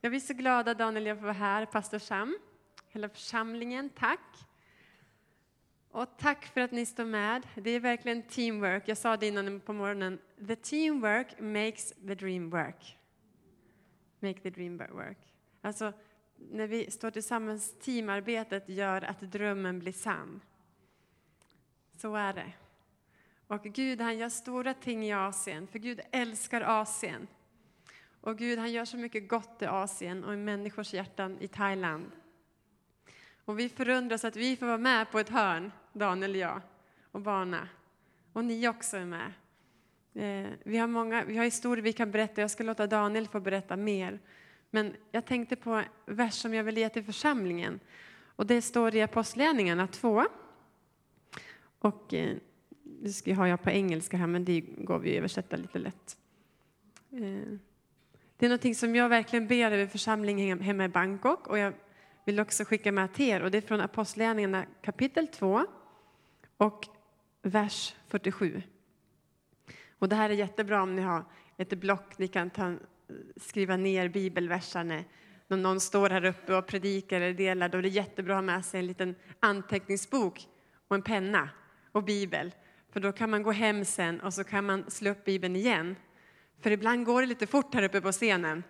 Jag är så glad Daniel jag får vara här, pastor Sam. Hela församlingen, tack. Och tack för att ni står med. Det är verkligen teamwork. Jag sa det innan på morgonen. The teamwork makes the dream work. Make the dream work. Alltså, när vi står tillsammans, teamarbetet gör att drömmen blir sann. Så är det. Och Gud, han gör stora ting i Asien. För Gud älskar Asien. Och Gud, han gör så mycket gott i Asien och i människors hjärtan i Thailand. Och vi förundras att vi får vara med på ett hörn, Daniel och jag och barna. Och ni också är med. Vi har historier vi kan berätta. Jag ska låta Daniel få berätta mer. Men jag tänkte på en vers som jag vill ge till församlingen. Och det står i Apostlagärningarna 2. Och det har jag på engelska här, men det går vi att översätta lite lätt. Det är någonting som jag verkligen ber över församlingen hemma i Bangkok. Och jag vill också skicka med till er. Och det är från Apostlagärningarna kapitel 2 och vers 47. Och det här är jättebra om ni har ett block. Ni kan skriva ner bibelversar när någon står här uppe och predikar eller delar. Då är det jättebra att ha med sig en liten anteckningsbok och en penna och bibel. För då kan man gå hem sen och så kan man slå upp bibeln igen. För ibland går det lite fort här uppe på scenen.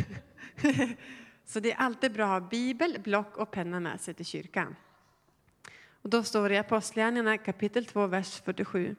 Så det är alltid bra att ha bibel, block och penna med sig till kyrkan. Och då står det i Apostlagärningarna kapitel 2, vers 47.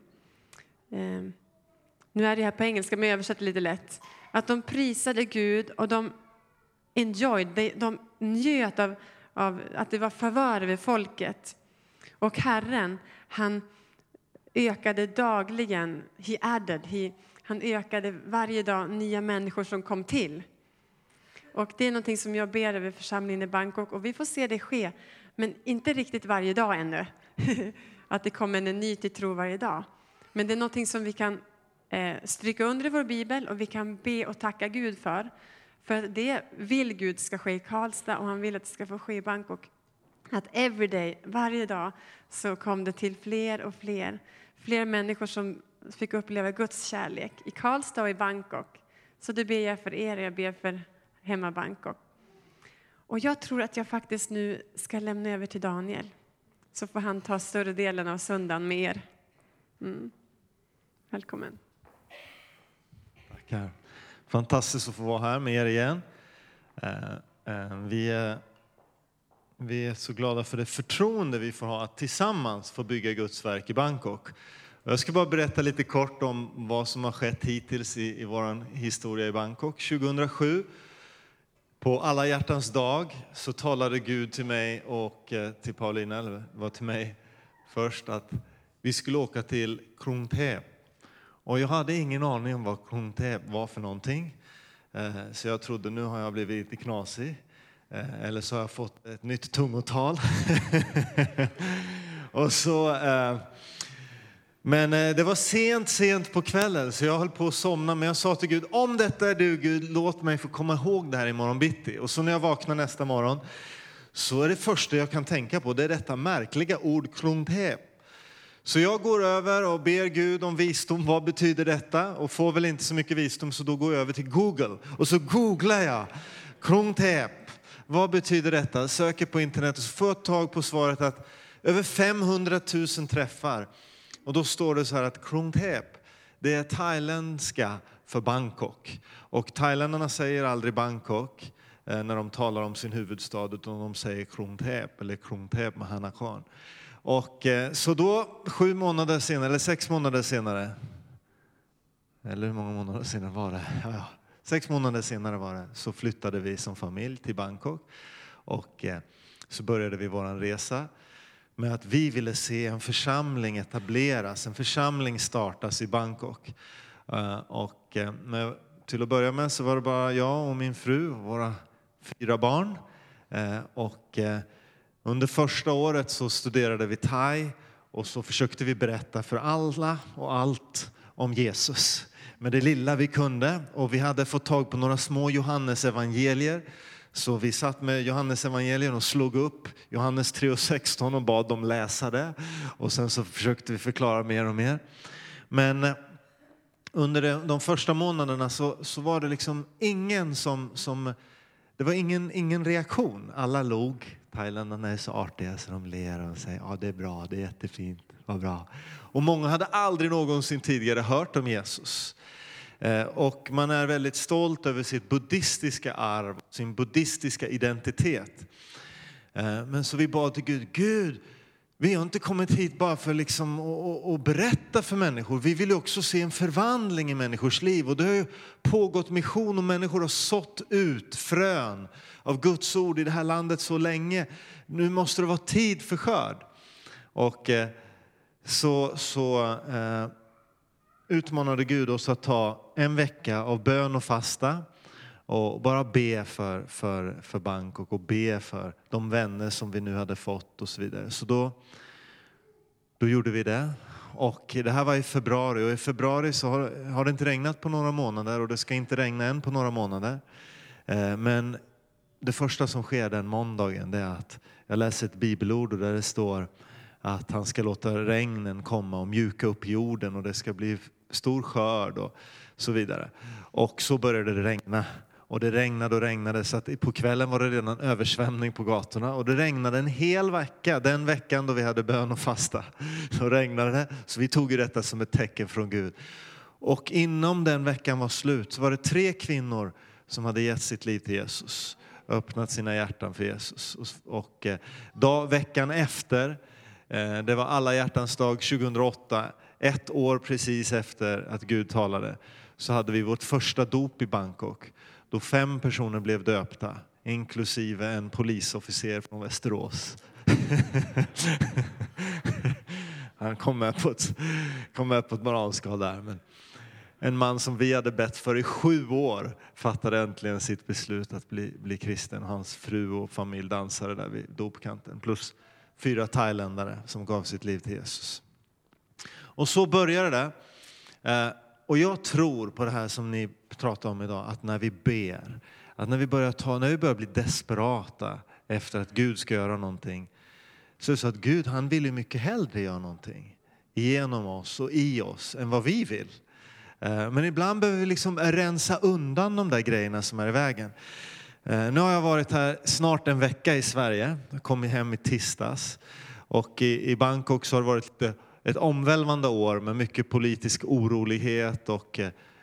Nu är det här på engelska, men jag översätter lite lätt. Att de prisade Gud och de de njöt av att det var favör över folket. Och Herren, han ökade dagligen. Han ökade varje dag nya människor som kom till. Och det är någonting som jag ber över församlingen i Bangkok. Och vi får se det ske. Men inte riktigt varje dag ännu. Att det kommer en ny till tro varje dag. Men det är någonting som vi kan stryka under i vår bibel. Och vi kan be och tacka Gud för. För det vill Gud ska ske i Karlstad. Och han vill att det ska få ske i Bangkok. Att every day, varje dag, så kom det till fler och fler. Fler människor som fick uppleva Guds kärlek i Karlstad och i Bangkok. Så det ber jag för er och jag ber för hemma Bangkok. Och jag tror att jag faktiskt nu ska lämna över till Daniel. Så får han ta större delen av söndagen med er. Välkommen. Tackar. Fantastiskt att få vara här med er igen. Vi är så glada för det förtroende vi får ha att tillsammans få bygga Guds verk i Bangkok. Jag ska bara berätta lite kort om vad som har skett hittills i vår historia i Bangkok. 2007, på alla hjärtans dag, så talade Gud till mig och till Paulina, eller var till mig först, att vi skulle åka till Krung Thep. Och jag hade ingen aning om vad Krung Thep var för någonting. Så jag trodde, nu har jag blivit lite knasig. Eller så har jag fått ett nytt tungotal. Och så... Men det var sent på kvällen så jag höll på att somna. Men jag sa till Gud, om detta är du Gud, låt mig få komma ihåg det här imorgon bitti. Och så när jag vaknar nästa morgon så är det första jag kan tänka på, det är detta märkliga ord Krung Thep. Så jag går över och ber Gud om visdom, vad betyder detta? Och får väl inte så mycket visdom så då går jag över till Google. Och så googlar jag Krung Thep. Vad betyder detta? Söker på internet och så får jag tag på svaret att över 500 000 träffar. Och då står det så här att Krung Thep, det är thailändska för Bangkok. Och thailändarna säger aldrig Bangkok när de talar om sin huvudstad, utan de säger Krung Thep eller Krung Thep Mahanakhon. Och så då 7 månader senare, eller 6 månader senare, eller hur många månader senare var det? Ja. 6 månader senare var det, så flyttade vi som familj till Bangkok. Och så började vi vår resa med att vi ville se en församling etableras, en församling startas i Bangkok. Och till att börja med så var det bara jag och min fru och våra 4 barn. Och under första året så studerade vi thai och så försökte vi berätta för alla och allt om Jesus. Med det lilla vi kunde, och vi hade fått tag på några små Johannes evangelier. Så vi satt med Johannes evangelien och slog upp Johannes 3:16 och bad dem läsa det. Och sen så försökte vi förklara mer och mer. Men under de första månaderna så var det liksom ingen som det var ingen reaktion. Alla log. Thailändarna är så artiga så de ler och säger ja, det är bra, det är jättefint, vad bra. Och många hade aldrig någonsin tidigare hört om Jesus. Och man är väldigt stolt över sitt buddhistiska arv, sin buddhistiska identitet. Men så vi bad till Gud, vi har inte kommit hit bara för liksom att berätta för människor. Vi vill också se en förvandling i människors liv. Och det har ju pågått mission och människor har sått ut frön av Guds ord i det här landet så länge. Nu måste det vara tid för skörd. Och så utmanade Gud oss att ta en vecka av bön och fasta. Och bara be för Bangkok och be för de vänner som vi nu hade fått och så vidare. Så då gjorde vi det. Och det här var i februari. Och i februari så har det inte regnat på några månader. Och det ska inte regna än på några månader. Men det första som sker den måndagen det är att jag läser ett bibelord där det står att han ska låta regnen komma och mjuka upp jorden. Och det ska bli stor skörd och så vidare. Och så började det regna. Och det regnade och regnade så att på kvällen var det redan översvämning på gatorna. Och det regnade en hel vecka, den veckan då vi hade bön och fasta. Så regnade det, så vi tog ju detta som ett tecken från Gud. Och inom den veckan var slut så var det 3 kvinnor som hade gett sitt liv till Jesus. Öppnat sina hjärtan för Jesus. Och veckan efter, det var alla hjärtans dag 2008, 1 år precis efter att Gud talade. Så hade vi vårt första dop i Bangkok. Då 5 personer blev döpta, inklusive en polisofficer från Västerås. Han kom med på ett moralskal där. Men en man som vi hade bett för i 7 år fattade äntligen sitt beslut att bli kristen. Hans fru och familj dansade där vid dopkanten. Plus 4 thailändare som gav sitt liv till Jesus. Och så började det. Och jag tror på det här som ni pratar om idag, att när vi ber, att när vi börjar bli desperata efter att Gud ska göra någonting, så är det så att Gud, han vill ju mycket hellre göra någonting genom oss och i oss än vad vi vill. Men ibland behöver vi liksom rensa undan de där grejerna som är i vägen. Nu har jag varit här snart en vecka i Sverige. Jag kom hem i tisdags. Och i Bangkok så har det varit ett omvälvande år med mycket politisk orolighet. Och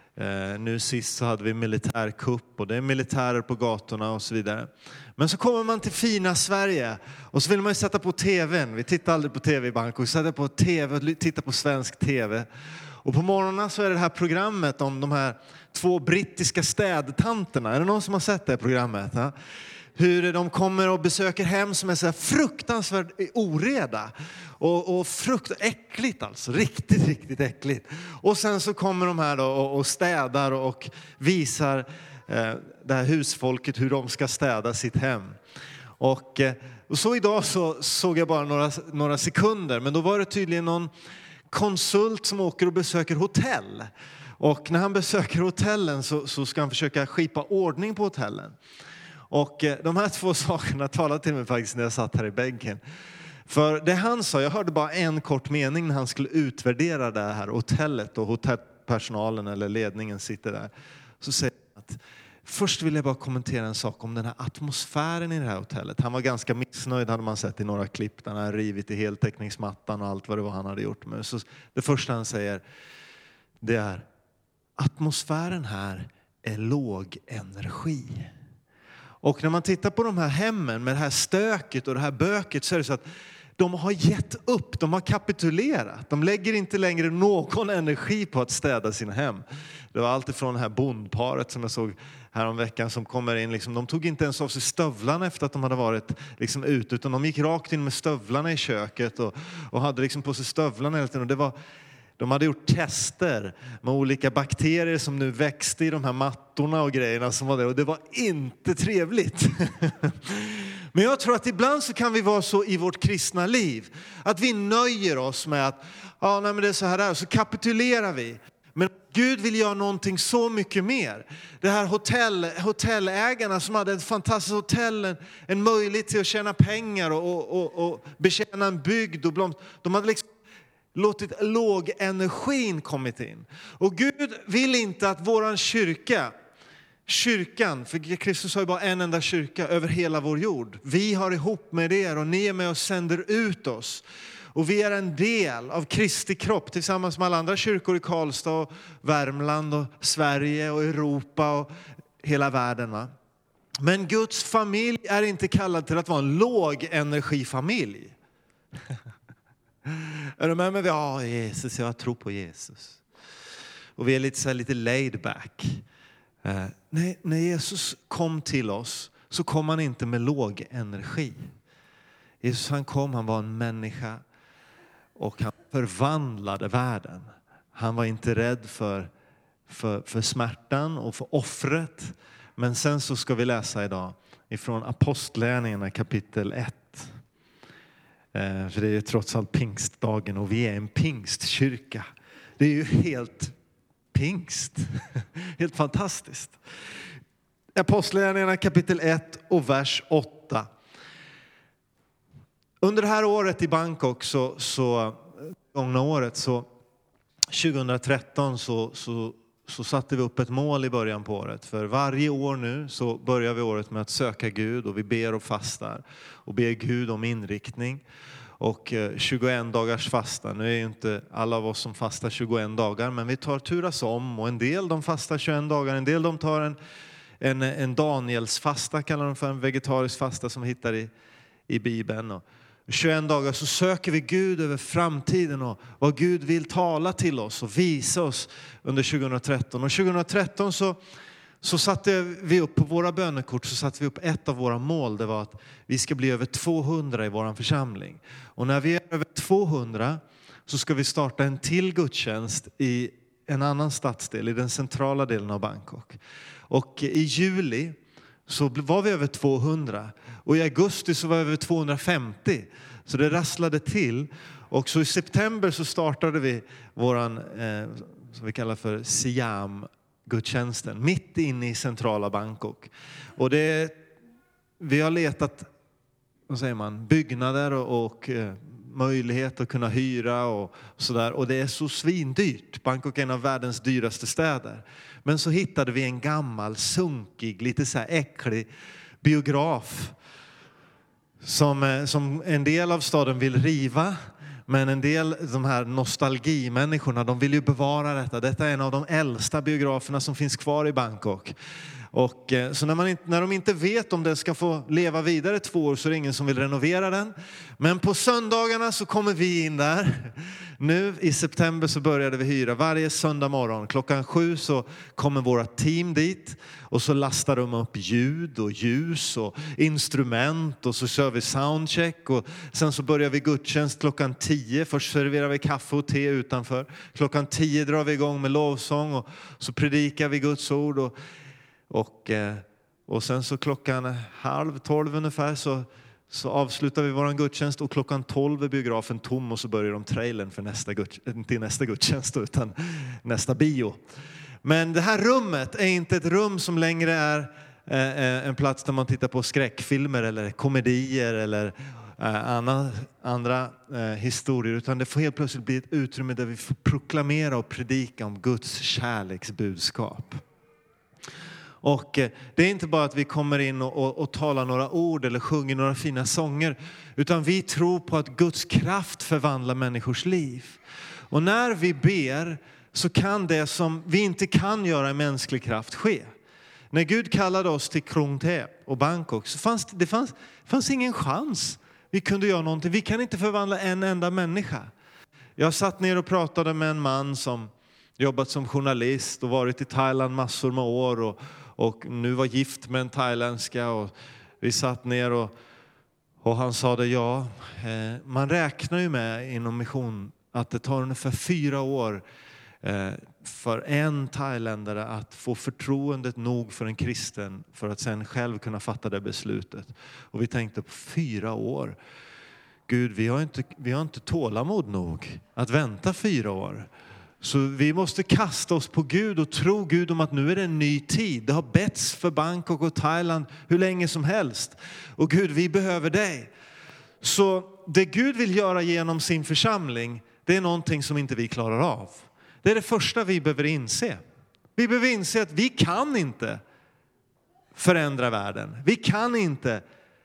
nu sist så hade vi militärkupp och det är militärer på gatorna och så vidare. Men så kommer man till fina Sverige och så vill man ju sätta på tvn. Vi tittar aldrig på tv i Bangkok. Sätta på tv och titta på svensk tv. Och på morgonen så är det här programmet om de här 2 brittiska städtanterna. Är det någon som har sett det programmet? Ja? Hur de kommer och besöker hem som är så här fruktansvärt oreda. Och äckligt alltså. Riktigt, riktigt äckligt. Och sen så kommer de här då och städar och visar det här husfolket hur de ska städa sitt hem. Och så idag så såg jag bara några sekunder. Men då var det tydligen någon konsult som åker och besöker hotell. Och när han besöker hotellen så ska han försöka skipa ordning på hotellen. Och de här 2 sakerna talade till mig faktiskt när jag satt här i bänken. För det han sa, jag hörde bara en kort mening när han skulle utvärdera det här hotellet och hotellpersonalen eller ledningen sitter där. Så säger han att först vill jag bara kommentera en sak om den här atmosfären i det här hotellet. Han var ganska missnöjd, hade man sett i några klipp. Han hade rivit i heltäckningsmattan och allt vad det var han hade gjort. Men så det första han säger, det är atmosfären här är låg energi. Och när man tittar på de här hemmen med det här stöket och det här böket så är det så att de har gett upp, de har kapitulerat. De lägger inte längre någon energi på att städa sina hem. Det var allt ifrån det här bondparet som jag såg här om veckan som kommer in. Liksom, de tog inte ens av sig stövlarna efter att de hade varit liksom, ute. Utan de gick rakt in med stövlarna i köket och hade liksom på sig stövlarna hela tiden. Och de hade gjort tester med olika bakterier som nu växte i de här mattorna och grejerna som var där. Och det var inte trevligt. Men jag tror att ibland så kan vi vara så i vårt kristna liv. Att vi nöjer oss med att men det är så här där. Så kapitulerar vi. Men Gud vill göra någonting så mycket mer. Det här hotellägarna som hade ett fantastiskt hotell. En möjlighet till att tjäna pengar och betjäna en bygd. De hade liksom låtit låg energin kommit in. Och Gud vill inte att våran kyrka Kyrkan, för Kristus har ju bara en enda kyrka över hela vår jord. Vi har ihop med er och ni är med och sänder ut oss. Och vi är en del av Kristi kropp tillsammans med alla andra kyrkor i Karlstad och Värmland och Sverige och Europa och hela världen. Va? Men Guds familj är inte kallad till att vara en lågenergifamilj. Är du med mig? Ja, Jesus, jag tror på Jesus. Och vi är lite laid back. När Jesus kom till oss så kom han inte med låg energi. Jesus han var en människa och han förvandlade världen. Han var inte rädd för smärtan och för offret. Men sen så ska vi läsa idag ifrån Apostlagärningarna kapitel 1. För det är ju trots allt pingstdagen och vi är en pingstkyrka. Det är ju helt pingst. Helt fantastiskt. Apostlagärningarna kapitel 1 och vers 8. Under det här året i Bangkok gångna året 2013 så satte vi upp ett mål i början på året. För varje år nu så börjar vi året med att söka Gud och vi ber och fastar och ber Gud om inriktning. Och 21 dagars fasta. Nu är ju inte alla av oss som fastar 21 dagar, men vi tar turas om. Och en del de fastar 21 dagar, en del de tar en Daniels fasta, kallar de för, en vegetarisk fasta som vi hittar i Bibeln. Och 21 dagar så söker vi Gud över framtiden och vad Gud vill tala till oss och visa oss under 2013. Och 2013 så satte vi upp på våra bönekort, så satte vi upp ett av våra mål. Det var att vi ska bli över 200 i vår församling. Och när vi är över 200 så ska vi starta en till gudstjänst i en annan stadsdel, i den centrala delen av Bangkok. Och i juli så var vi över 200. Och i augusti så var vi över 250. Så det rasslade till. Och så i september så startade vi våran, som vi kallar för Siam-gudstjänsten. Mitt inne i centrala Bangkok. Och vi har letat, vad säger man, byggnader och möjlighet att kunna hyra och sådär. Och det är så svindyrt. Bangkok är en av världens dyraste städer. Men så hittade vi en gammal, sunkig, lite så här äcklig biograf. Som en del av staden vill riva. Men en del, de här nostalgimänniskorna, de vill ju bevara detta. Detta är en av de äldsta biograferna som finns kvar i Bangkok. Och så när de inte vet om den ska få leva vidare 2 år så är det ingen som vill renovera den. Men på söndagarna så kommer vi in där. Nu i september så började vi hyra varje söndag morgon. 7:00 så kommer våra team dit. Och så lastar de upp ljud och ljus och instrument. Och så kör vi soundcheck. Och sen så börjar vi gudstjänst 10:00. Först serverar vi kaffe och te utanför. 10:00 drar vi igång med lovsång. Och så predikar vi Guds ord. Och sen så 11:30 ungefär så avslutar vi våran gudstjänst och 12:00 är biografen tom och så börjar de trailern för nästa gudstjänst utan nästa bio. Men det här rummet är inte ett rum som längre är en plats där man tittar på skräckfilmer eller komedier eller andra historier, utan det får helt plötsligt bli ett utrymme där vi får proklamera och predika om Guds kärleksbudskap. Och det är inte bara att vi kommer in och talar några ord eller sjunger några fina sånger, utan vi tror på att Guds kraft förvandlar människors liv. Och när vi ber så kan det som vi inte kan göra i mänsklig kraft ske. När Gud kallade oss till Krung Thep och Bangkok så fanns ingen chans vi kunde göra någonting. Vi kan inte förvandla en enda människa. Jag satt ner och pratade med en man som jobbat som journalist och varit i Thailand massor med år och nu var gift med en thailändska, och vi satt ner och han sa det, man räknar ju med inom mission att det tar ungefär 4 år för en thailändare att få förtroendet nog för en kristen för att sen själv kunna fatta det beslutet. Och vi tänkte på 4 år. Gud, vi har inte tålamod nog att vänta 4 år. Så vi måste kasta oss på Gud och tro Gud om att nu är det en ny tid. Det har betts för Bangkok och Thailand hur länge som helst. Och Gud, vi behöver dig. Så det Gud vill göra genom sin församling, det är någonting som inte vi klarar av. Det är det första vi behöver inse. Vi behöver inse att vi kan inte förändra världen. Vi kan inte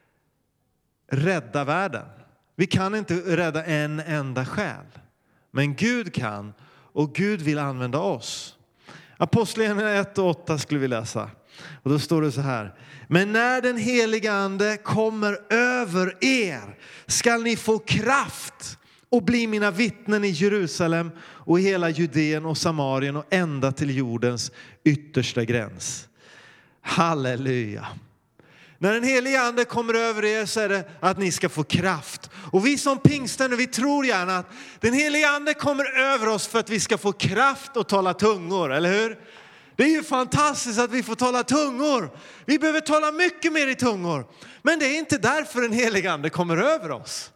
rädda världen. Vi kan inte rädda en enda själ. Men Gud kan, och Gud vill använda oss. Apostlagärningarna 1:8 skulle vi läsa. Och då står det så här: men när den heliga ande kommer över er skall ni få kraft och bli mina vittnen i Jerusalem och i hela Judeen och Samarien och ända till jordens yttersta gräns. Halleluja. När den heliga ande kommer över er så är det att ni ska få kraft. Och vi som pingstvänner, vi tror gärna att den heliga ande kommer över oss för att vi ska få kraft att tala tungor, eller hur? Det är ju fantastiskt att vi får tala tungor. Vi behöver tala mycket mer i tungor. Men det är inte därför den heliga ande kommer över oss.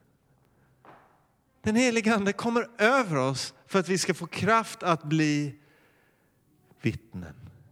Den heliga ande kommer över oss för att vi ska få kraft att bli vittnen.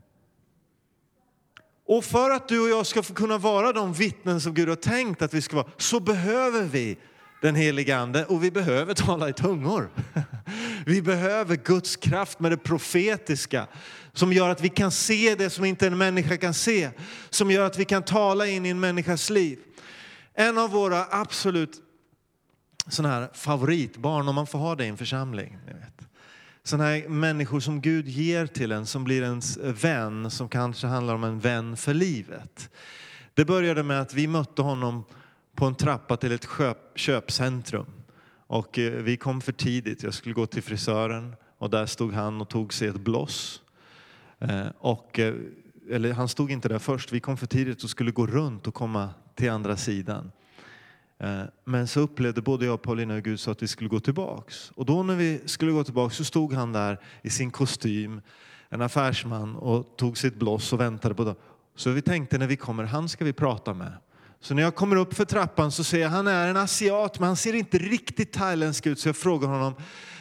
Och för att du och jag ska få kunna vara de vittnen som Gud har tänkt att vi ska vara, så behöver vi den heliga ande, och vi behöver tala i tungor. Vi behöver Guds kraft med det profetiska som gör att vi kan se det som inte en människa kan se. Som gör att vi kan tala in i en människas liv. En av våra absolut sån här favoritbarn, om man får ha det i en församling, ni vet. Sådana här människor som Gud ger till en, som blir ens vän, som kanske handlar om en vän för livet. Det började med att vi mötte honom på en trappa till ett köpcentrum. Och vi kom för tidigt. Jag skulle gå till frisören och där stod han och tog sig ett bloss. Eller han stod inte där först. Vi kom för tidigt och skulle gå runt och komma till andra sidan. Men så upplevde både jag och Paulina och Gud sa att vi skulle gå tillbaks. Och då när vi skulle gå tillbaks så stod han där i sin kostym, en affärsman, och tog sitt bloss och väntade på det. Så vi tänkte, när vi kommer, han ska vi prata med. Så när jag kommer upp för trappan så ser jag, han är en asiat, men han ser inte riktigt thailändsk ut. Så jag frågar honom,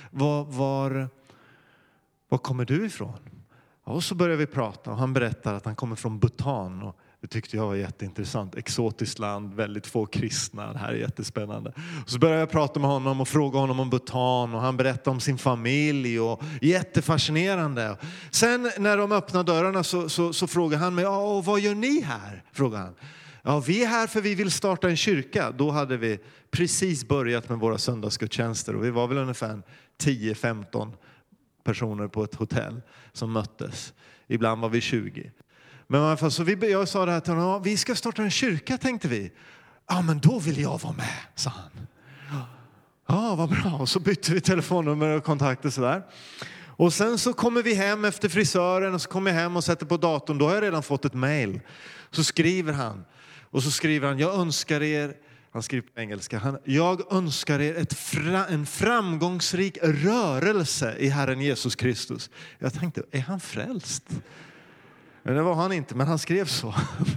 var kommer du ifrån? Och så börjar vi prata och han berättar att han kommer från Bhutan. Och det tyckte jag var jätteintressant. Exotiskt land, väldigt få kristna. Det här är jättespännande. Och så började jag prata med honom och fråga honom om Bhutan. Och han berättade om sin familj. Och jättefascinerande. Sen när de öppnade dörrarna så frågade han mig, och vad gör ni här? Frågade han. Ja, vi är här för vi vill starta en kyrka. Då hade vi precis börjat med våra söndagsgudstjänster. Och vi var väl ungefär 10-15 personer på ett hotell som möttes. Ibland var vi 20. Men i alla fall, så jag sa det här till honom, vi ska starta en kyrka, tänkte vi. Ja, men då vill jag vara med, sa han. Ja, vad bra. Och så bytte vi telefonnummer och kontakter sådär. Och sen så kommer vi hem efter frisören och så kommer jag hem och sätter på datorn. Då har jag redan fått ett mejl. Så skriver han. Och så skriver han, jag önskar er, han skriver på engelska, jag önskar er en framgångsrik rörelse i Herren Jesus Kristus. Jag tänkte, är han frälst? Men det var han inte, men han skrev så.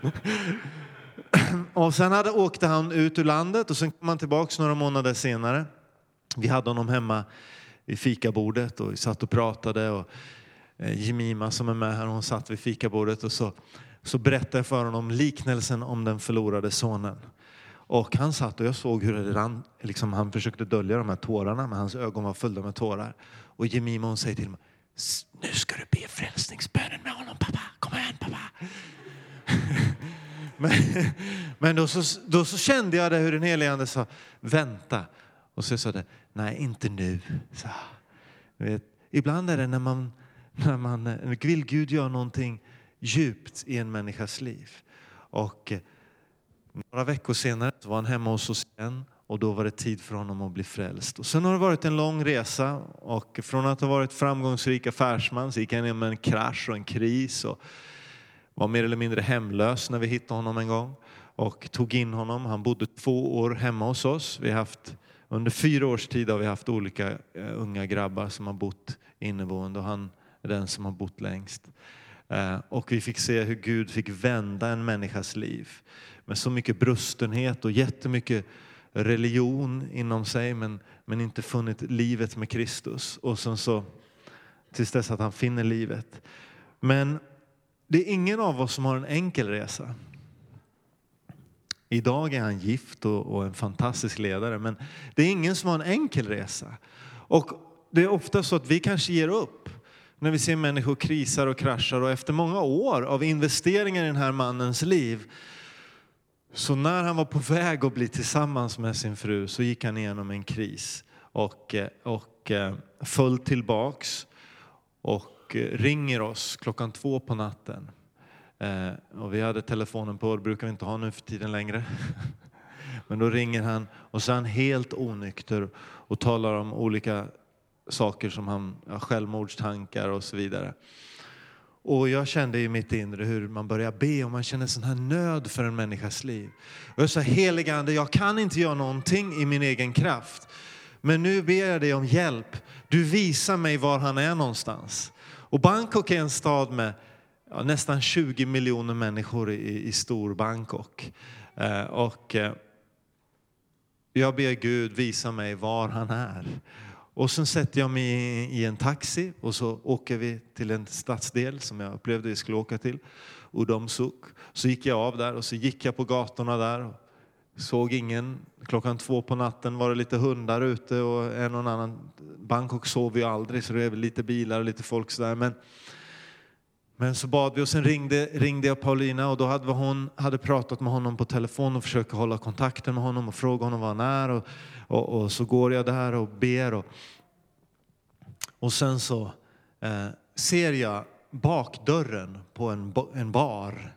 Och sen åkte han ut ur landet och sen kom han tillbaka några månader senare. Vi hade honom hemma vid fikabordet och vi satt och pratade. Och Jemima som är med här, hon satt vid fikabordet och så berättade jag för honom liknelsen om den förlorade sonen. Och han satt och jag såg hur det rann, liksom han försökte dölja de här tårarna, men hans ögon var fulla med tårar. Och Jemima, hon säger till mig, nu ska du be frälsningsbönen med honom, pappa. Kom igen, pappa. men då så kände jag det, hur den helige ande sa, vänta. Och så sa det, nej, inte nu. Så, vet, ibland är det när man vill Gud göra någonting djupt i en människas liv. Och några veckor senare så var han hemma hos oss igen. Och då var det tid för honom att bli frälst. Och sen har det varit en lång resa. Och från att ha varit framgångsrik affärsman så gick han in med en krasch och en kris. Och var mer eller mindre hemlös när vi hittade honom en gång. Och tog in honom. Han bodde 2 år hemma hos oss. Under 4 års tid har vi haft olika unga grabbar som har bott inneboende. Och han är den som har bott längst. Och vi fick se hur Gud fick vända en människas liv. Med så mycket brustenhet och jättemycket religion inom sig, men inte funnit livet med Kristus. Och sen så tills dess att han finner livet. Men det är ingen av oss som har en enkel resa. Idag är han gift och en fantastisk ledare, men det är ingen som har en enkel resa. Och det är ofta så att vi kanske ger upp. När vi ser människor krisar och kraschar, och efter många år av investeringar i den här mannens liv, så när han var på väg att bli tillsammans med sin fru så gick han igenom en kris och föll tillbaks och ringer oss 2:00 på natten. Och vi hade telefonen på, det brukar vi inte ha nu för tiden längre. Men då ringer han och så är han helt onykter och talar om olika saker som han har, självmordstankar och så vidare. Och jag kände i mitt inre hur man börjar be och man känner sån här nöd för en människas liv. Och jag sa, heliga Ande, jag kan inte göra någonting i min egen kraft. Men nu ber jag dig om hjälp. Du visar mig var han är någonstans. Och Bangkok är en stad med nästan 20 miljoner människor i stor Bangkok. Jag ber Gud visa mig var han är. Och sen sätter jag mig i en taxi och så åker vi till en stadsdel som jag upplevde vi skulle åka till. Udom Suk. Så gick jag av där och så gick jag på gatorna där. Såg ingen. 2:00 på natten var det lite hundar ute och en och annan. Bangkok sov ju aldrig så det är väl lite bilar och lite folk sådär. Men så bad vi och sen ringde jag Paulina och då hade pratat med honom på telefon och försökt hålla kontakten med honom och fråga honom var han är. Och så går jag där och ber. Och sen så ser jag bakdörren på en bar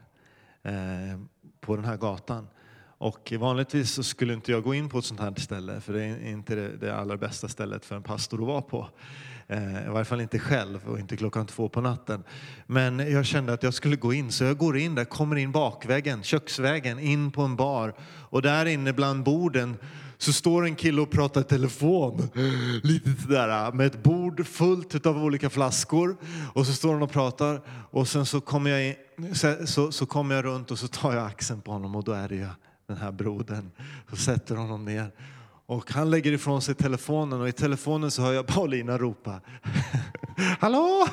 på den här gatan. Och vanligtvis så skulle inte jag gå in på ett sånt här ställe, för det är inte det allra bästa stället för en pastor att vara på. I varje fall inte själv och inte 2:00 på natten. Men jag kände att jag skulle gå in, så jag går in där, kommer in bakvägen, köksvägen, in på en bar. Och där inne bland borden så står en kille och pratar i telefon. Lite sådär, med ett bord fullt av olika flaskor. Och så står han och pratar. Och sen så kommer jag så kommer jag runt och så tar jag axeln på honom och då är det ju den här brodern. Så sätter honom ner. Och han lägger ifrån sig telefonen och i telefonen så hör jag Paulina ropa. Hallå!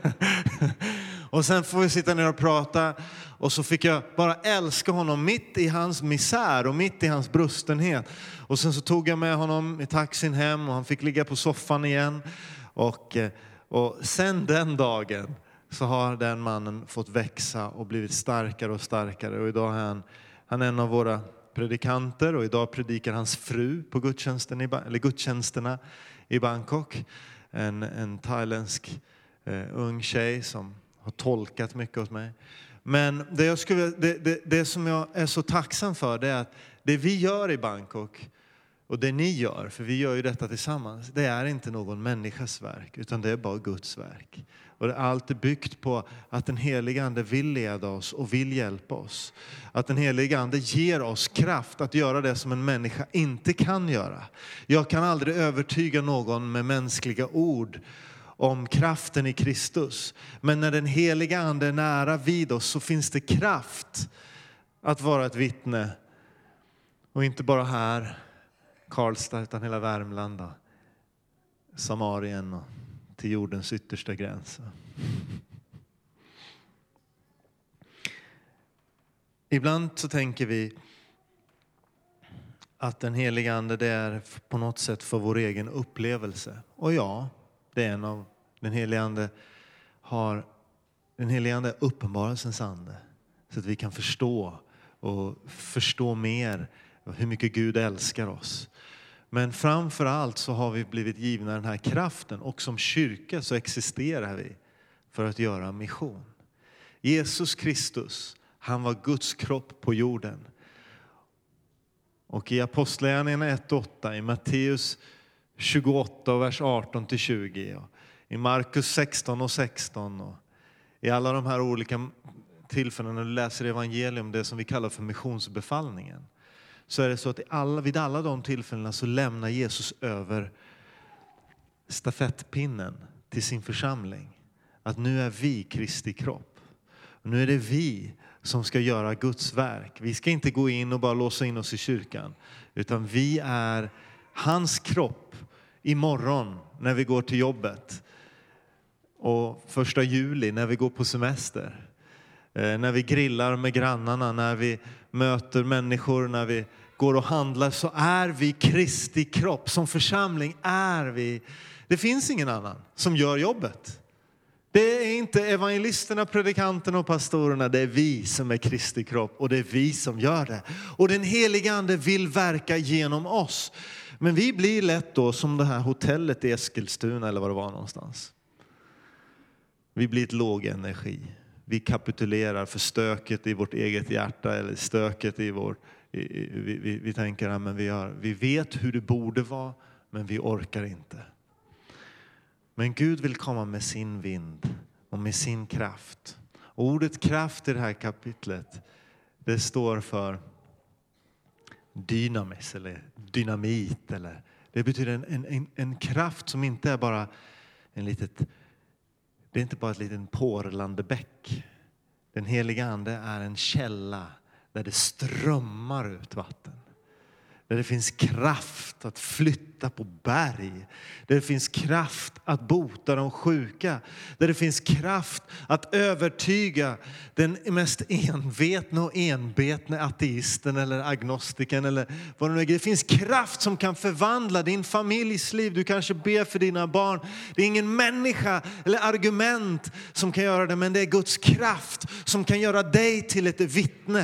Och sen får vi sitta ner och prata. Och så fick jag bara älska honom mitt i hans misär och mitt i hans brustenhet. Och sen så tog jag med honom i taxin hem och han fick ligga på soffan igen. Och sen den dagen så har den mannen fått växa och blivit starkare och starkare. Och idag är han är en av våra predikanter och idag predikar hans fru på gudstjänsterna i Bangkok. En thailändsk ung tjej som har tolkat mycket åt mig. Men det som jag är så tacksam för, det är att det vi gör i Bangkok och det ni gör, för vi gör ju detta tillsammans, det är inte någon människas verk utan det är bara Guds verk. Och allt är byggt på att den heliga Ande vill leda oss och vill hjälpa oss. Att den heliga Ande ger oss kraft att göra det som en människa inte kan göra. Jag kan aldrig övertyga någon med mänskliga ord om kraften i Kristus. Men när den heliga Ande är nära vid oss så finns det kraft att vara ett vittne. Och inte bara här, Karlstad, utan hela Värmland, Samarien och till jordens yttersta gräns. Ibland så tänker vi att den heliga Ande det är på något sätt för vår egen upplevelse. Och ja, det är en av den heliga Ande är uppenbarelsens ande. Så att vi kan förstå mer hur mycket Gud älskar oss. Men framför allt så har vi blivit givna den här kraften och som kyrka så existerar vi för att göra mission. Jesus Kristus, han var Guds kropp på jorden. Och i Apostlagärningarna 1:8, i Matteus 28 vers 18-20, i Markus 16:16 och i alla de här olika tillfällen när du läser evangelium, det som vi kallar för missionsbefallningen. Så är det så att vid alla de tillfällena så lämnar Jesus över stafettpinnen till sin församling. Att nu är vi Kristi kropp. Och nu är det vi som ska göra Guds verk. Vi ska inte gå in och bara låsa in oss i kyrkan. Utan vi är hans kropp imorgon när vi går till jobbet. Och 1 juli när vi går på semester. När vi grillar med grannarna, när vi möter människor, när vi går och handlar, så är vi Kristi kropp. Som församling är vi. Det finns ingen annan som gör jobbet. Det är inte evangelisterna, predikanterna och pastorerna. Det är vi som är Kristi kropp och det är vi som gör det. Och den heliga ande vill verka genom oss. Men vi blir lätt då som det här hotellet i Eskilstuna eller vad det var någonstans. Vi blir ett låg energi. Vi kapitulerar för stöket i vårt eget hjärta eller stöket i vår... Vi tänker att vi vet hur det borde vara, men vi orkar inte. Men Gud vill komma med sin vind och med sin kraft. Och ordet kraft i det här kapitlet, det står för dynamis eller dynamit. Eller, det betyder en kraft som inte är bara det är inte bara ett litet porlande bäck. Den heliga ande är en källa där det strömmar ut vatten. Där det finns kraft att flytta på berg. Där det finns kraft att bota de sjuka. Där det finns kraft att övertyga den mest envetna och enbetna ateisten eller agnostiken. Eller vad det nu är. Det finns kraft som kan förvandla din familjs liv. Du kanske ber för dina barn. Det är ingen människa eller argument som kan göra det. Men det är Guds kraft som kan göra dig till ett vittne.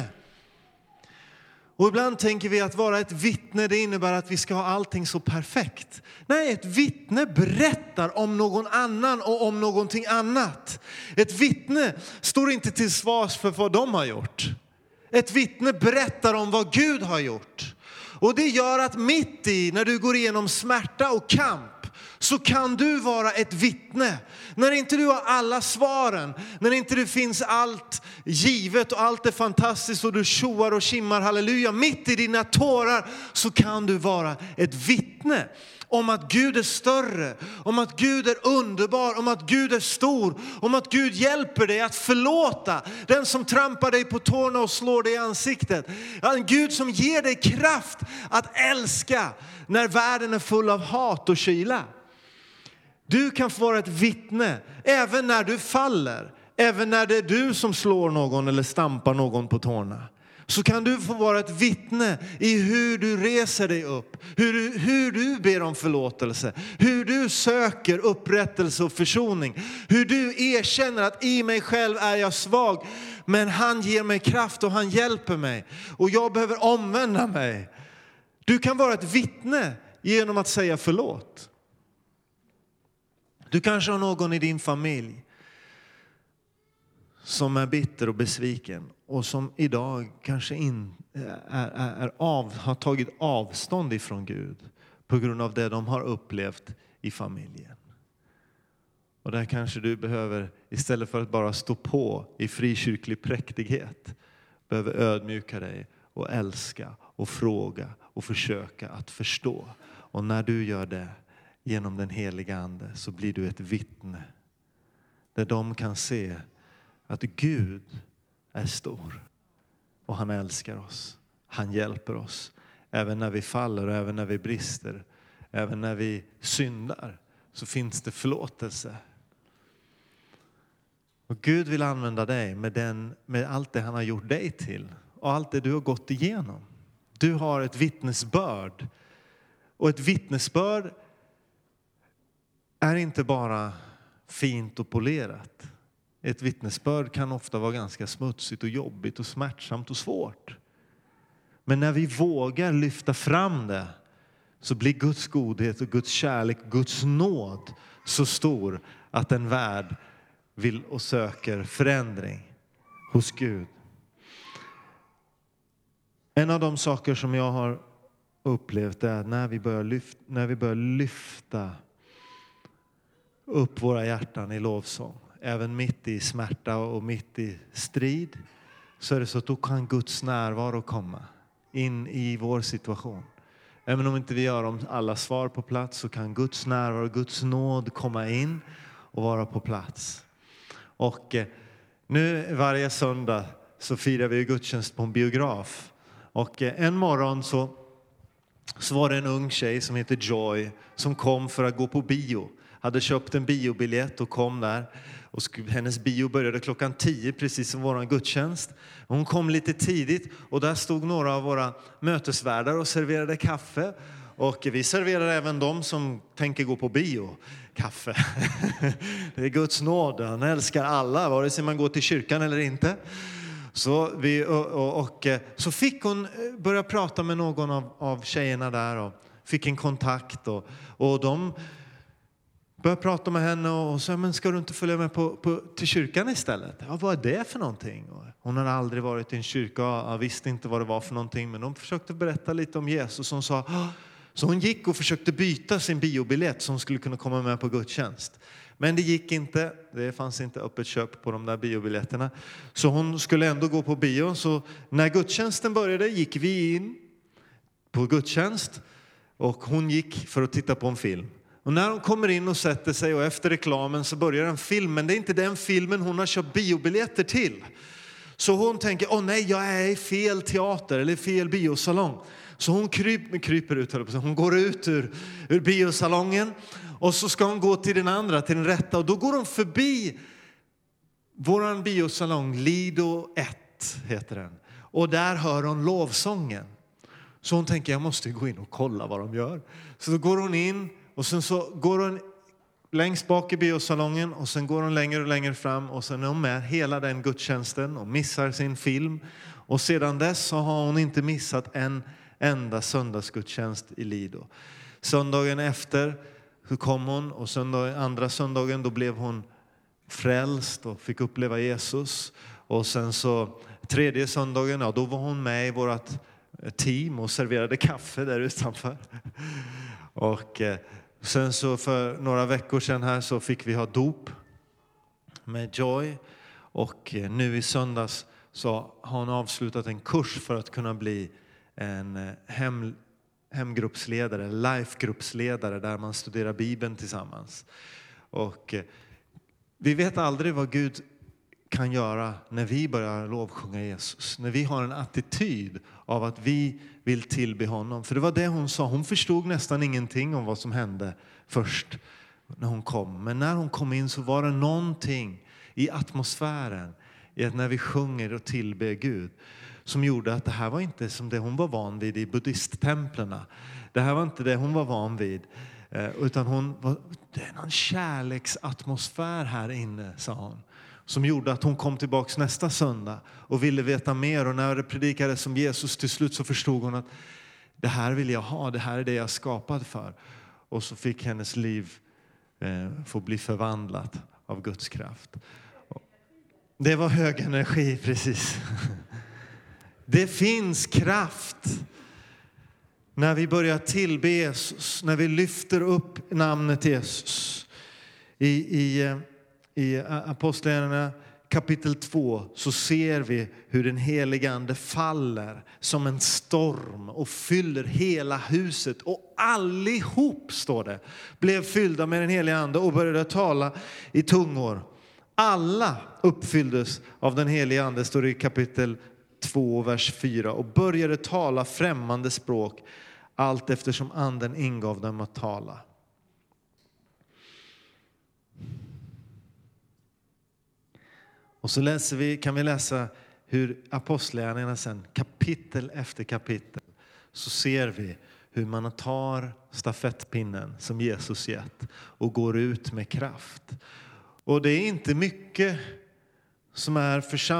Och ibland tänker vi att vara ett vittne, det innebär att vi ska ha allting så perfekt. Nej, ett vittne berättar om någon annan och om någonting annat. Ett vittne står inte till svars för vad de har gjort. Ett vittne berättar om vad Gud har gjort. Och det gör att mitt i, när du går igenom smärta och kamp, så kan du vara ett vittne. När inte du har alla svaren, när inte det finns allt givet och allt är fantastiskt och du tjoar och kimmar halleluja. Mitt i dina tårar så kan du vara ett vittne om att Gud är större, om att Gud är underbar, om att Gud är stor, om att Gud hjälper dig att förlåta den som trampar dig på tårna och slår dig i ansiktet. En Gud som ger dig kraft att älska när världen är full av hat och kyla. Du kan få vara ett vittne även när du faller, även när det är du som slår någon eller stampar någon på tårna. Så kan du få vara ett vittne i hur du reser dig upp, hur du ber om förlåtelse, hur du söker upprättelse och försoning, hur du erkänner att i mig själv är jag svag, men han ger mig kraft och han hjälper mig och jag behöver omvända mig. Du kan vara ett vittne genom att säga förlåt. Du kanske har någon i din familj som är bitter och besviken och som idag kanske har tagit avstånd ifrån Gud på grund av det de har upplevt i familjen. Och där kanske du behöver, istället för att bara stå på i frikyrklig präktighet, behöver ödmjuka dig och älska och fråga och försöka att förstå. Och när du gör det genom den heliga ande så blir du ett vittne där de kan se att Gud är stor och han älskar oss. Han hjälper oss även när vi faller och även när vi brister. Även när vi syndar så finns det förlåtelse. Och Gud vill använda dig med allt det han har gjort dig till och allt det du har gått igenom. Du har ett vittnesbörd. Och ett vittnesbörd är inte bara fint och polerat. Ett vittnesbörd kan ofta vara ganska smutsigt och jobbigt och smärtsamt och svårt. Men när vi vågar lyfta fram det så blir Guds godhet och Guds kärlek, Guds nåd så stor att en värld vill och söker förändring hos Gud. En av de saker som jag har upplevt är att när vi börjar lyfta upp våra hjärtan i lovsång, även mitt i smärta och mitt i strid, så är det så att då kan Guds närvaro komma in i vår situation. Även om inte vi gör alla svar på plats så kan Guds närvaro, Guds nåd komma in och vara på plats. Och nu varje söndag så firar vi gudstjänst på en biograf. Och en morgon så var det en ung tjej som heter Joy som kom för att gå på bio. Hade köpt en biobiljett och kom där. Och hennes bio började 10:00 precis som våran gudstjänst. Hon kom lite tidigt och där stod några av våra mötesvärdar och serverade kaffe. Och vi serverar även dem som tänker gå på bio kaffe. Det är Guds nåd. Han älskar alla, vare sig man går till kyrkan eller inte. Så, så fick hon börja prata med någon av tjejerna där och fick en kontakt. Och de började prata med henne och sa, men ska du inte följa med till kyrkan istället? Ja, vad är det för någonting? Och hon hade aldrig varit i en kyrka och visste inte vad det var för någonting. Men de försökte berätta lite om Jesus. Hon sa, så hon gick och försökte byta sin biobiljett så hon skulle kunna komma med på gudstjänst. Men det gick inte. Det fanns inte öppet köp på de där biobiljetterna. Så hon skulle ändå gå på bio. Så när gudstjänsten började gick vi in på gudstjänst. Och hon gick för att titta på en film. Och när hon kommer in och sätter sig och efter reklamen så börjar en film. Men det är inte den filmen hon har köpt biobiljetter till. Så hon tänker, nej, jag är i fel teater eller fel biosalong. Så hon kryper ut, hon går ut ur biosalongen. Och så ska hon gå till den andra, till den rätta. Och då går hon förbi våran biosalong, Lido 1 heter den. Och där hör hon lovsången. Så hon tänker, jag måste gå in och kolla vad de gör. Så då går hon in och sen så går hon längst bak i biosalongen. Och sen går hon längre och längre fram. Och sen är hon med hela den gudstjänsten och missar sin film. Och sedan dess så har hon inte missat en enda söndagsgudstjänst i Lido. Söndagen efter så kom hon och andra söndagen då blev hon frälst och fick uppleva Jesus. Och sen så tredje söndagen, då var hon med i vårt team och serverade kaffe där utanför. Och sen så för några veckor sedan här så fick vi ha dop med Joy. Och nu i söndags så har hon avslutat en kurs för att kunna bli en hemgruppsledare, lifegruppsledare där man studerar Bibeln tillsammans. Och vi vet aldrig vad Gud kan göra när vi börjar lovsjunga Jesus. När vi har en attityd av att vi vill tillbe honom. För det var det hon sa. Hon förstod nästan ingenting om vad som hände först när hon kom. Men när hon kom in så var det någonting i atmosfären. I att när vi sjunger och tillber Gud. Som gjorde att det här var inte som det hon var van vid i buddhisttemplarna. Det här var inte det hon var van vid. Utan det är någon kärleksatmosfär här inne, sa hon. Som gjorde att hon kom tillbaka nästa söndag och ville veta mer. Och när det predikades som Jesus till slut så förstod hon att det här vill jag ha. Det här är det jag är skapad för. Och så fick hennes liv få bli förvandlat av Guds kraft. Det var hög energi, precis. Det finns kraft när vi börjar tillbe Jesus, när vi lyfter upp namnet Jesus. I Apostlagärningarna kapitel 2 så ser vi hur den heliga ande faller som en storm och fyller hela huset. Och allihop, står det, blev fyllda med den heliga ande och började tala i tungor. Alla uppfylldes av den heliga ande, står det i kapitel 2, vers 4. Och började tala främmande språk allt eftersom anden ingav dem att tala. Och så kan vi läsa hur apostlagärningarna sen, kapitel efter kapitel, så ser vi hur man tar stafettpinnen som Jesus gett och går ut med kraft. Och det är inte mycket som är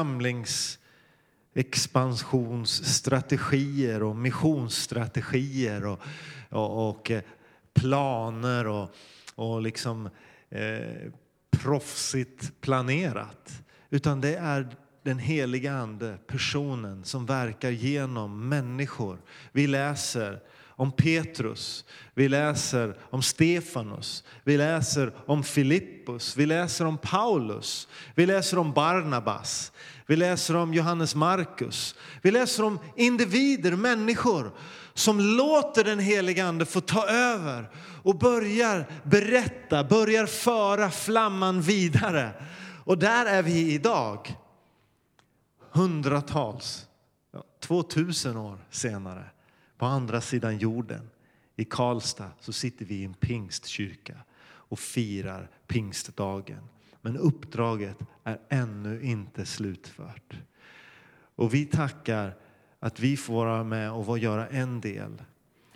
församlingsexpansionsstrategier och missionsstrategier och planer och liksom proffsigt planerat. Utan det är den heliga ande, personen som verkar genom människor. Vi läser om Petrus, vi läser om Stefanus, vi läser om Filippus, vi läser om Paulus, vi läser om Barnabas, vi läser om Johannes Markus, vi läser om individer, människor som låter den heliga ande få ta över och börjar berätta, börjar föra flamman vidare. Och där är vi idag, hundratals, 2000 år senare, på andra sidan jorden. I Karlstad så sitter vi i en pingstkyrka och firar pingstdagen. Men uppdraget är ännu inte slutfört. Och vi tackar att vi får vara med och göra en del.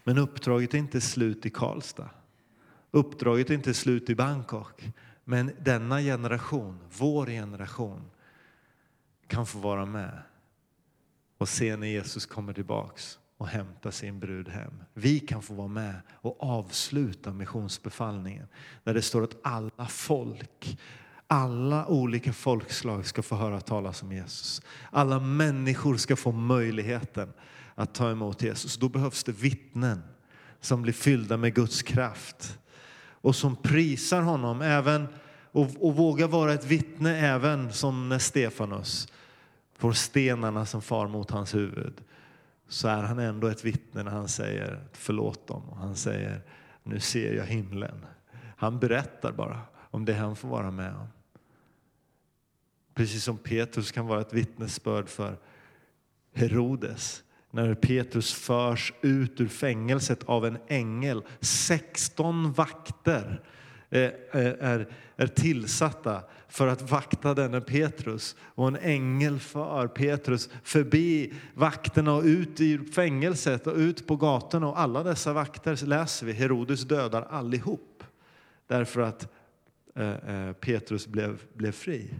Men uppdraget är inte slut i Karlstad. Uppdraget är inte slut i Bangkok. Men denna generation, vår generation, kan få vara med och se när Jesus kommer tillbaks och hämtar sin brud hem. Vi kan få vara med och avsluta missionsbefallningen. Där det står att alla folk, alla olika folkslag ska få höra talas om Jesus. Alla människor ska få möjligheten att ta emot Jesus. Då behövs det vittnen som blir fyllda med Guds kraft. Och som prisar honom även och vågar vara ett vittne även som när Stefanus får stenarna som far mot hans huvud. Så är han ändå ett vittne när han säger förlåt dem. Och han säger nu ser jag himlen. Han berättar bara om det han får vara med om. Precis som Petrus kan vara ett vittnesbörd för Herodes. När Petrus förs ut ur fängelset av en ängel. 16 vakter är tillsatta för att vakta denne Petrus. Och en ängel för Petrus förbi vakterna och ut i fängelset och ut på gatorna. Och alla dessa vakter läser vi. Herodes dödar allihop. Därför att Petrus blev fri.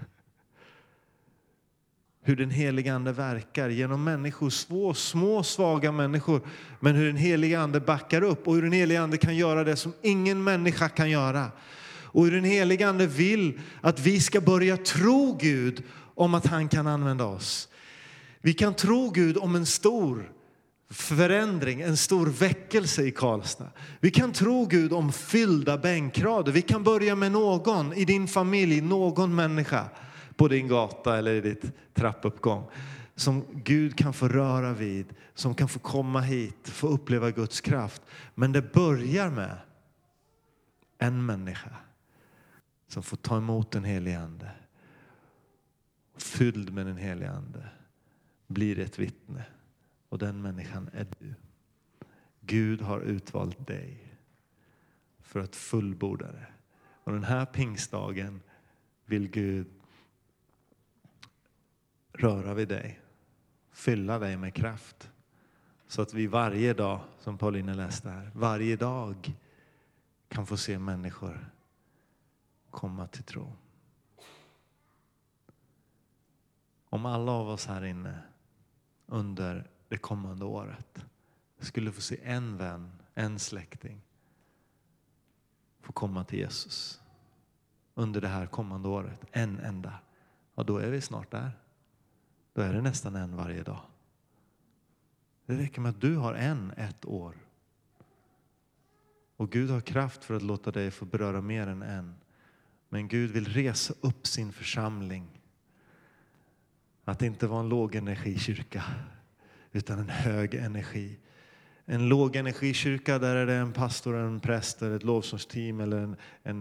Hur den heliga ande verkar genom människor, små svaga människor. Men hur den heliga ande backar upp och hur den heliga ande kan göra det som ingen människa kan göra. Och hur den heliga ande vill att vi ska börja tro Gud om att han kan använda oss. Vi kan tro Gud om en stor förändring, en stor väckelse i Karlstad. Vi kan tro Gud om fyllda bänkrader. Vi kan börja med någon i din familj, någon människa på din gata eller i ditt trappuppgång som Gud kan få röra vid, som kan få komma hit, få uppleva Guds kraft. Men det börjar med en människa som får ta emot den helige ande, fylld med den helige ande, blir ett vittne. Och den människan är du. Gud har utvalt dig för att fullborda det. Och den här pingstdagen vill Gud röra vid dig. Fylla dig med kraft. Så att vi varje dag, som Pauline läste här, varje dag kan få se människor komma till tro. Om alla av oss här inne under det kommande året skulle få se en vän, en släkting få komma till Jesus under det här kommande året, en enda, ja då är vi snart där. Då är det nästan en varje dag. Det räcker med att du har ett år. Och Gud har kraft för att låta dig få beröra mer än en. Men Gud vill resa upp sin församling. Att inte vara en lågenergikyrka utan en hög energi. En lågenergikyrka, där är det en pastor, en präst eller ett lovsångsteam eller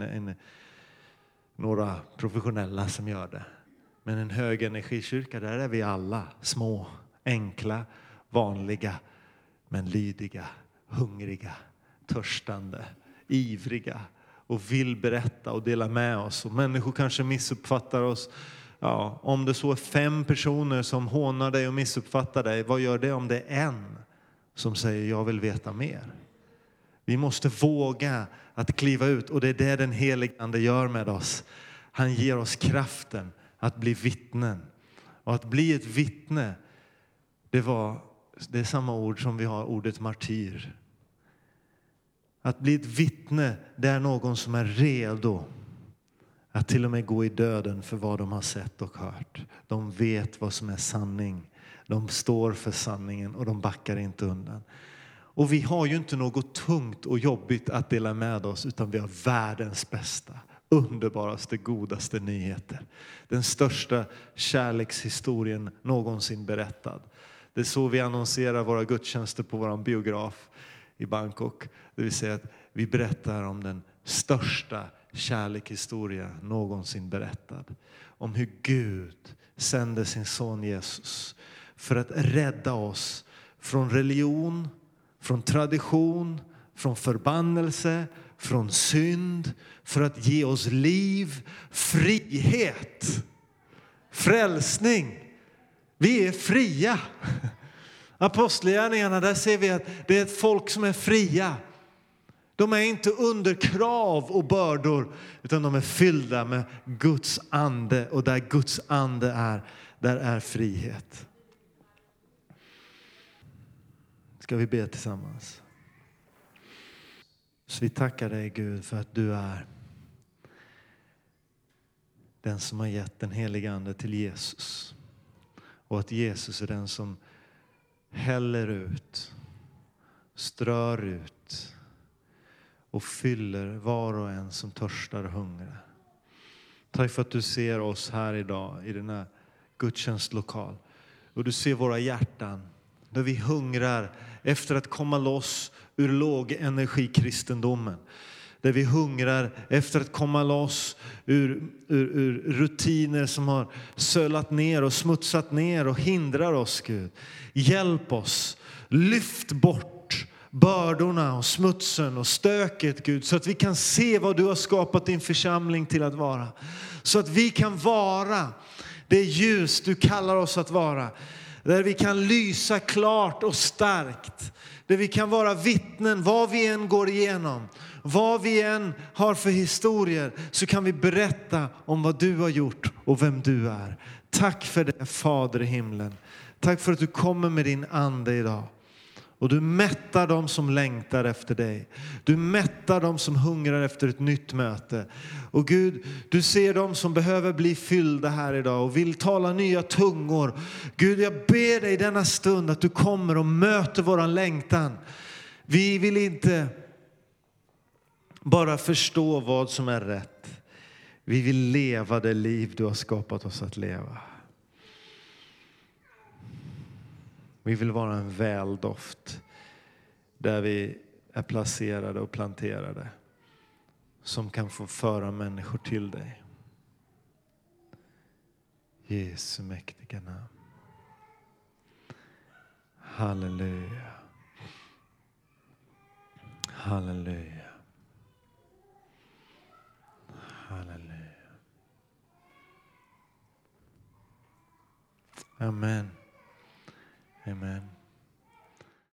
några professionella som gör det. Men en hög energikyrka, där är vi alla små, enkla, vanliga, men lydiga, hungriga, törstande, ivriga och vill berätta och dela med oss. Och människor kanske missuppfattar oss. Ja, om det så är 5 personer som hånar dig och missuppfattar dig, vad gör det om det är en som säger jag vill veta mer? Vi måste våga att kliva ut, och det är det den helige ande gör med oss. Han ger oss kraften att bli vittnen. Och att bli ett vittne, det är samma ord som vi har ordet martyr. Att bli ett vittne, det är någon som är redo att till och med gå i döden för vad de har sett och hört. De vet vad som är sanning. De står för sanningen och de backar inte undan. Och vi har ju inte något tungt och jobbigt att dela med oss, utan vi har världens bästa, underbaraste, godaste nyheter. Den största kärlekshistorien någonsin berättad. Det är så vi annonserar våra gudstjänster på vår biograf i Bangkok. Det vill säga att vi berättar om den största kärlekshistoria någonsin berättad. Om hur Gud sände sin son Jesus för att rädda oss från religion, från tradition, från förbannelse, från synd, för att ge oss liv, frihet, frälsning. Vi är fria. Apostlagärningarna, där ser vi att det är ett folk som är fria. De är inte under krav och bördor, utan de är fyllda med Guds ande. Och där Guds ande är, där är frihet. Ska vi be tillsammans? Så vi tackar dig, Gud, för att du är den som har gett den heliga ande till Jesus. Och att Jesus är den som häller ut, strör ut och fyller var och en som törstar och hungrar. Tack för att du ser oss här idag i den här gudstjänstlokal. Och du ser våra hjärtan där vi hungrar efter att komma loss ur lågenergikristendomen. Där vi hungrar efter att komma loss ur rutiner som har sölat ner och smutsat ner och hindrar oss, Gud. Hjälp oss. Lyft bort bördorna och smutsen och stöket, Gud, så att vi kan se vad du har skapat din församling till att vara. Så att vi kan vara det ljus du kallar oss att vara. Där vi kan lysa klart och starkt. Där vi kan vara vittnen vad vi än går igenom. Vad vi än har för historier, så kan vi berätta om vad du har gjort och vem du är. Tack för det, Fader i himlen. Tack för att du kommer med din ande idag. Och du mättar dem som längtar efter dig. Du mättar dem som hungrar efter ett nytt möte. Och Gud, du ser dem som behöver bli fyllda här idag och vill tala nya tungor. Gud, jag ber dig denna stund att du kommer och möter våran längtan. Vi vill inte bara förstå vad som är rätt. Vi vill leva det liv du har skapat oss att leva. Vi vill vara en väldoft där vi är placerade och planterade, som kan få föra människor till dig. Jesu mäktiga namn. Halleluja. Halleluja. Halleluja. Amen. Amen.